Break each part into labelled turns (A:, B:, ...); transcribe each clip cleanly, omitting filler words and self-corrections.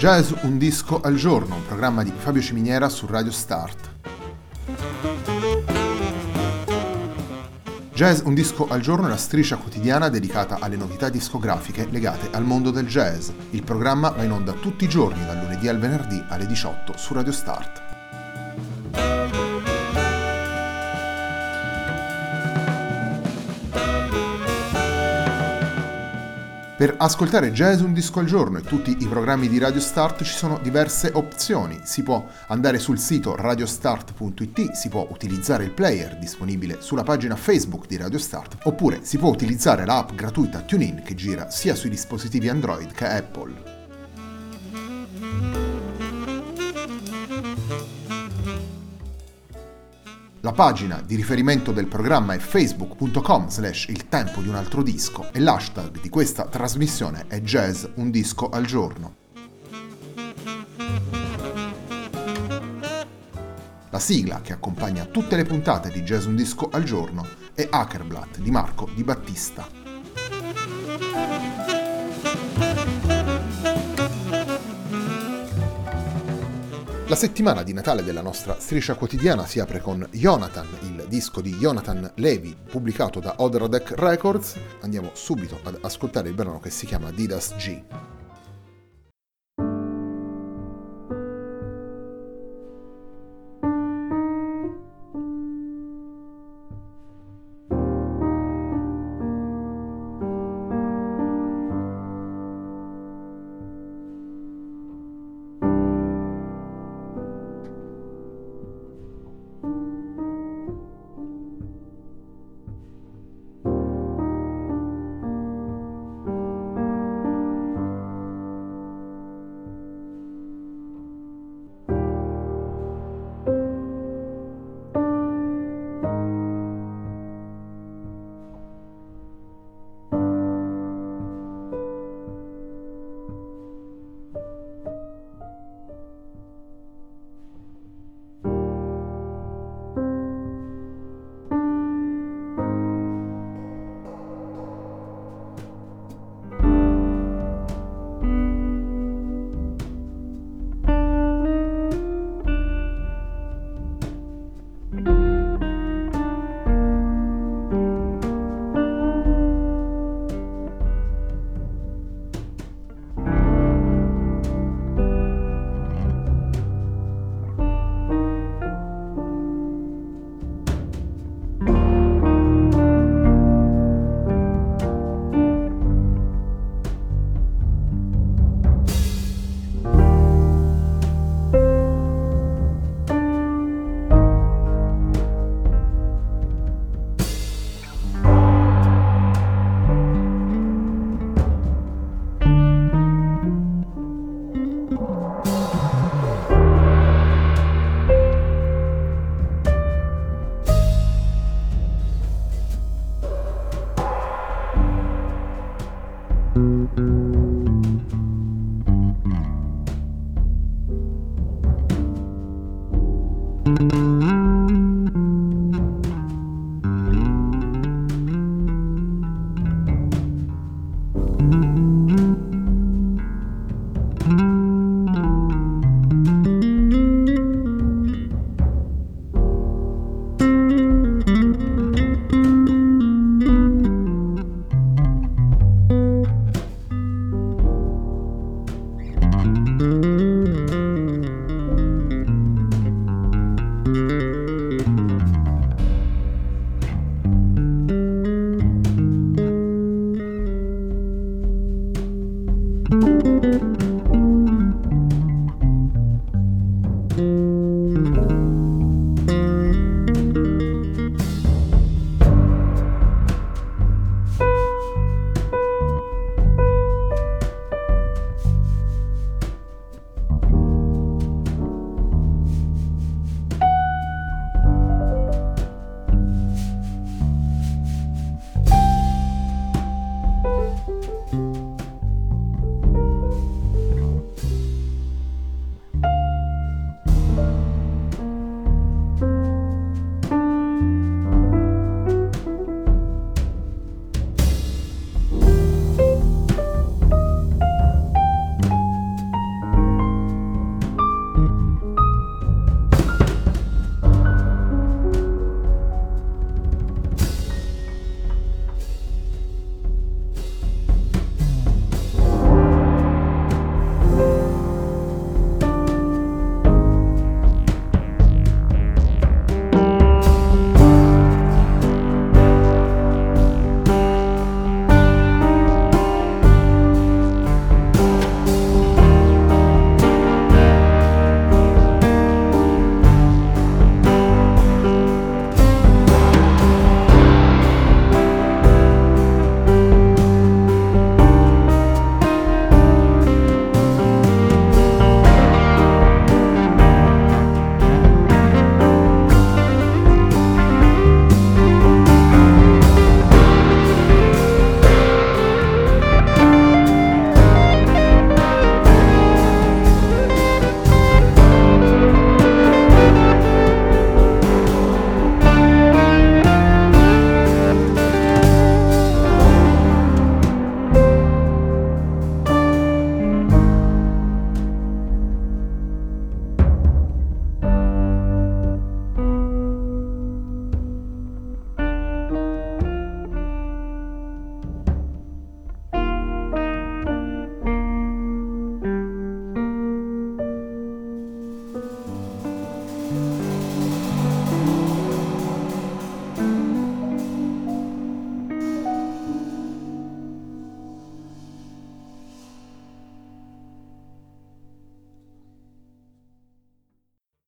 A: Jazz un disco al giorno, un programma di Fabio Ciminiera su Radio Start. Jazz un disco al giorno è la striscia quotidiana dedicata alle novità discografiche legate al mondo del jazz. Il programma va in onda tutti i giorni, dal lunedì al venerdì alle 18 su Radio Start. Per ascoltare Jazz un disco al giorno e tutti i programmi di Radio Start ci sono diverse opzioni. Si può andare sul sito radiostart.it, si può utilizzare il player disponibile sulla pagina Facebook di Radio Start, oppure si può utilizzare l'app gratuita TuneIn che gira sia sui dispositivi Android che Apple. La pagina di riferimento del programma è facebook.com/il tempo di un altro disco e l'hashtag di questa trasmissione è Jazz un disco al giorno. La sigla che accompagna tutte le puntate di Jazz un disco al giorno è Hackerblatt di Marco Di Battista. La settimana di Natale della nostra striscia quotidiana si apre con Jonathan, il disco di Jonathan Levy, pubblicato da Odradek Records. Andiamo subito ad ascoltare il brano che si chiama Didas G.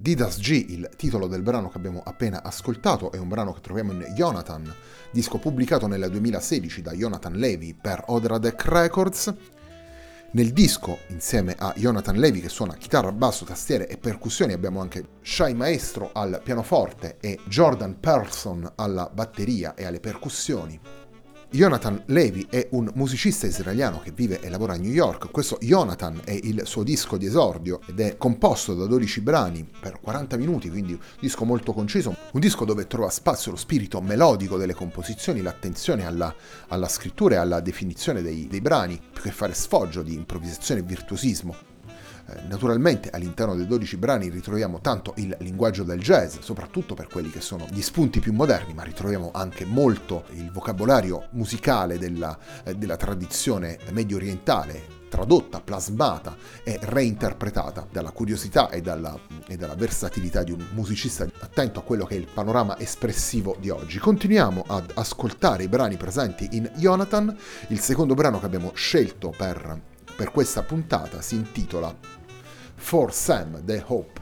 A: Didas G, il titolo del brano che abbiamo appena ascoltato, è un brano che troviamo in Jonathan, disco pubblicato nel 2016 da Jonathan Levy per Odradek Records. Nel disco, insieme a Jonathan Levy che suona chitarra, basso, tastiere e percussioni, abbiamo anche Shai Maestro al pianoforte e Jordan Pearson alla batteria e alle percussioni. Jonathan Levy è un musicista israeliano che vive e lavora a New York. Questo Jonathan è il suo disco di esordio ed è composto da 12 brani per 40 minuti, quindi un disco molto conciso, un disco dove trova spazio lo spirito melodico delle composizioni, l'attenzione alla scrittura e alla definizione dei brani, più che fare sfoggio di improvvisazione e virtuosismo. Naturalmente all'interno dei 12 brani ritroviamo tanto il linguaggio del jazz, soprattutto per quelli che sono gli spunti più moderni, ma ritroviamo anche molto il vocabolario musicale della tradizione medio orientale, tradotta, plasmata e reinterpretata dalla curiosità e dalla versatilità di un musicista attento a quello che è il panorama espressivo di oggi. Continuiamo ad ascoltare i brani presenti in Jonathan. Il secondo brano che abbiamo scelto per questa puntata si intitola For Sam the Hope.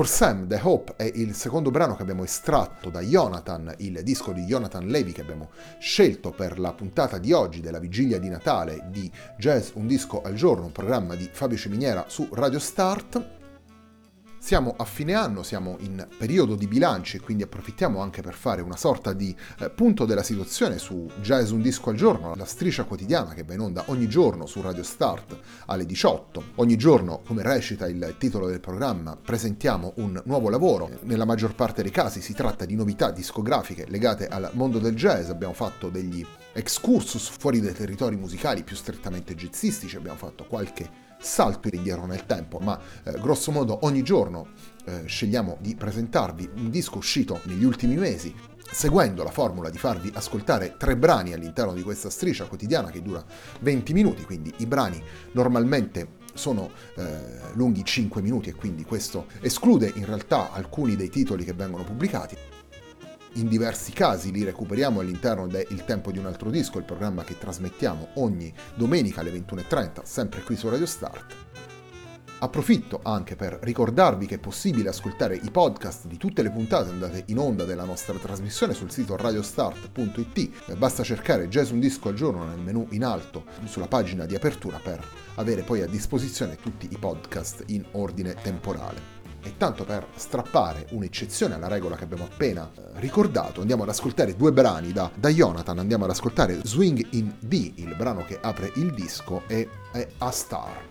A: for Sam, The Hope è il secondo brano che abbiamo estratto da Jonathan, il disco di Jonathan Levy che abbiamo scelto per la puntata di oggi della vigilia di Natale di Jazz Un Disco al Giorno, un programma di Fabio Ciminiera su Radio Start. Siamo a fine anno, siamo in periodo di bilanci e quindi approfittiamo anche per fare una sorta di punto della situazione su Jazz Un Disco al Giorno, la striscia quotidiana che va in onda ogni giorno su Radio Start alle 18. Ogni giorno, come recita il titolo del programma, presentiamo un nuovo lavoro. Nella maggior parte dei casi si tratta di novità discografiche legate al mondo del jazz. Abbiamo fatto degli excursus fuori dai territori musicali più strettamente jazzistici, abbiamo fatto qualche salto indietro nel tempo, ma grosso modo ogni giorno scegliamo di presentarvi un disco uscito negli ultimi mesi, seguendo la formula di farvi ascoltare 3 brani all'interno di questa striscia quotidiana che dura 20 minuti, quindi i brani normalmente sono lunghi 5 minuti e quindi questo esclude in realtà alcuni dei titoli che vengono pubblicati. In diversi casi li recuperiamo all'interno de Il Tempo di un Altro Disco, il programma che trasmettiamo ogni domenica alle 21:30, sempre qui su Radio Start. Approfitto anche per ricordarvi che è possibile ascoltare i podcast di tutte le puntate andate in onda della nostra trasmissione sul sito radiostart.it. Basta cercare Jazz Un Disco al Giorno nel menu in alto sulla pagina di apertura per avere poi a disposizione tutti i podcast in ordine temporale. E tanto per strappare un'eccezione alla regola che abbiamo appena ricordato, andiamo ad ascoltare 2 brani da Jonathan. Andiamo ad ascoltare Swing in D, il brano che apre il disco, e A Star.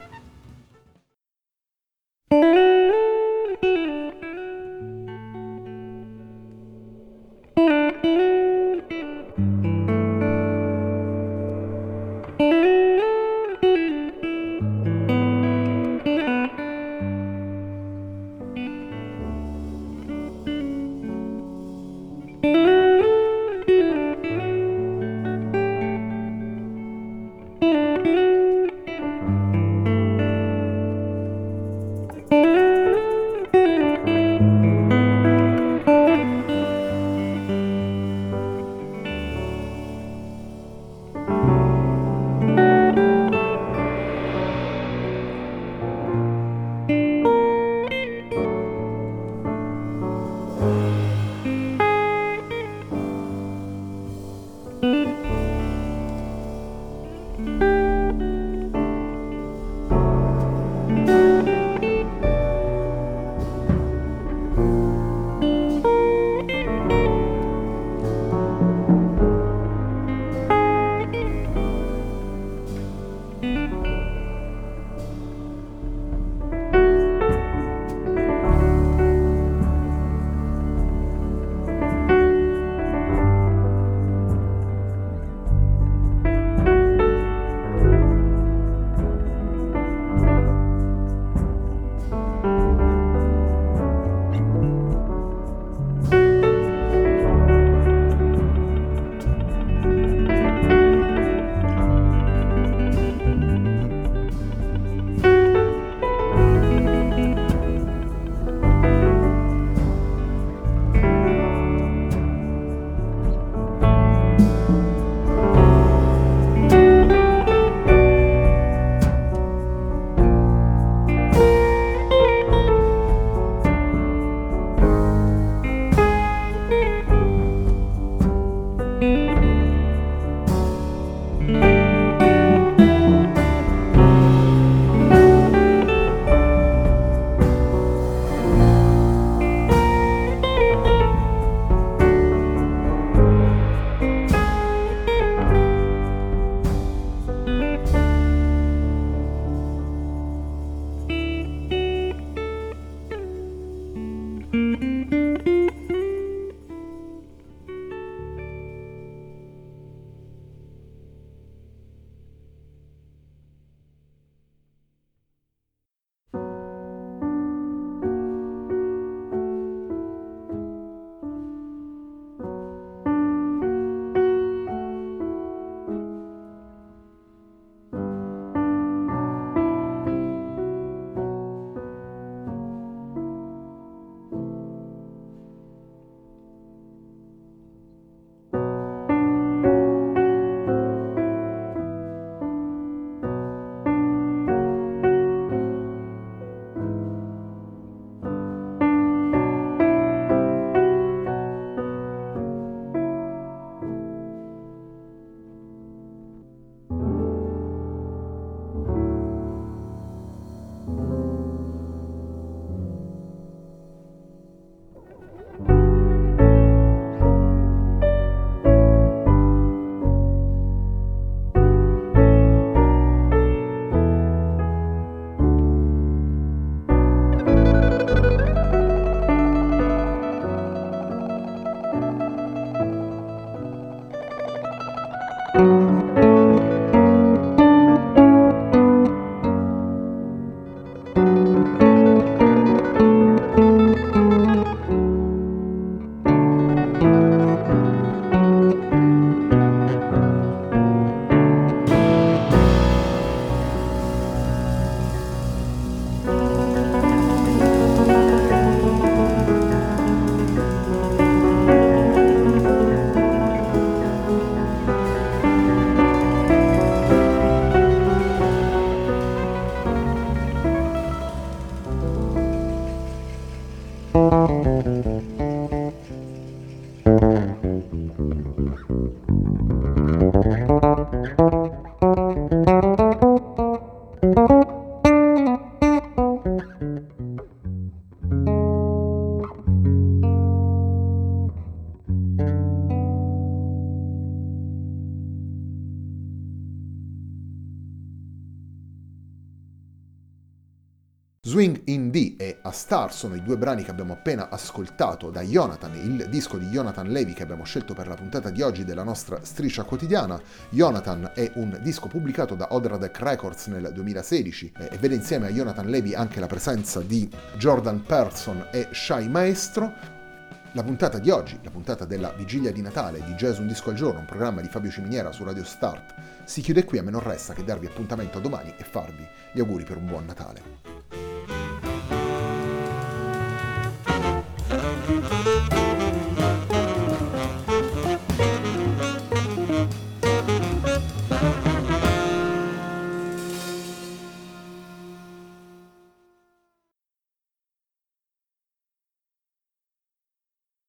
A: a Star sono i due brani che abbiamo appena ascoltato da Yonatan, il disco di Jonathan Levy che abbiamo scelto per la puntata di oggi della nostra striscia quotidiana. Yonatan è un disco pubblicato da Odradek Records nel 2016 e vede insieme a Jonathan Levy anche la presenza di Jordan Pearson e Shai Maestro. La puntata di oggi, la puntata della vigilia di Natale di Jazz Un Disco al Giorno, un programma di Fabio Ciminiera su Radio Start, si chiude qui. A me non resta che darvi appuntamento a domani e farvi gli auguri per un buon Natale.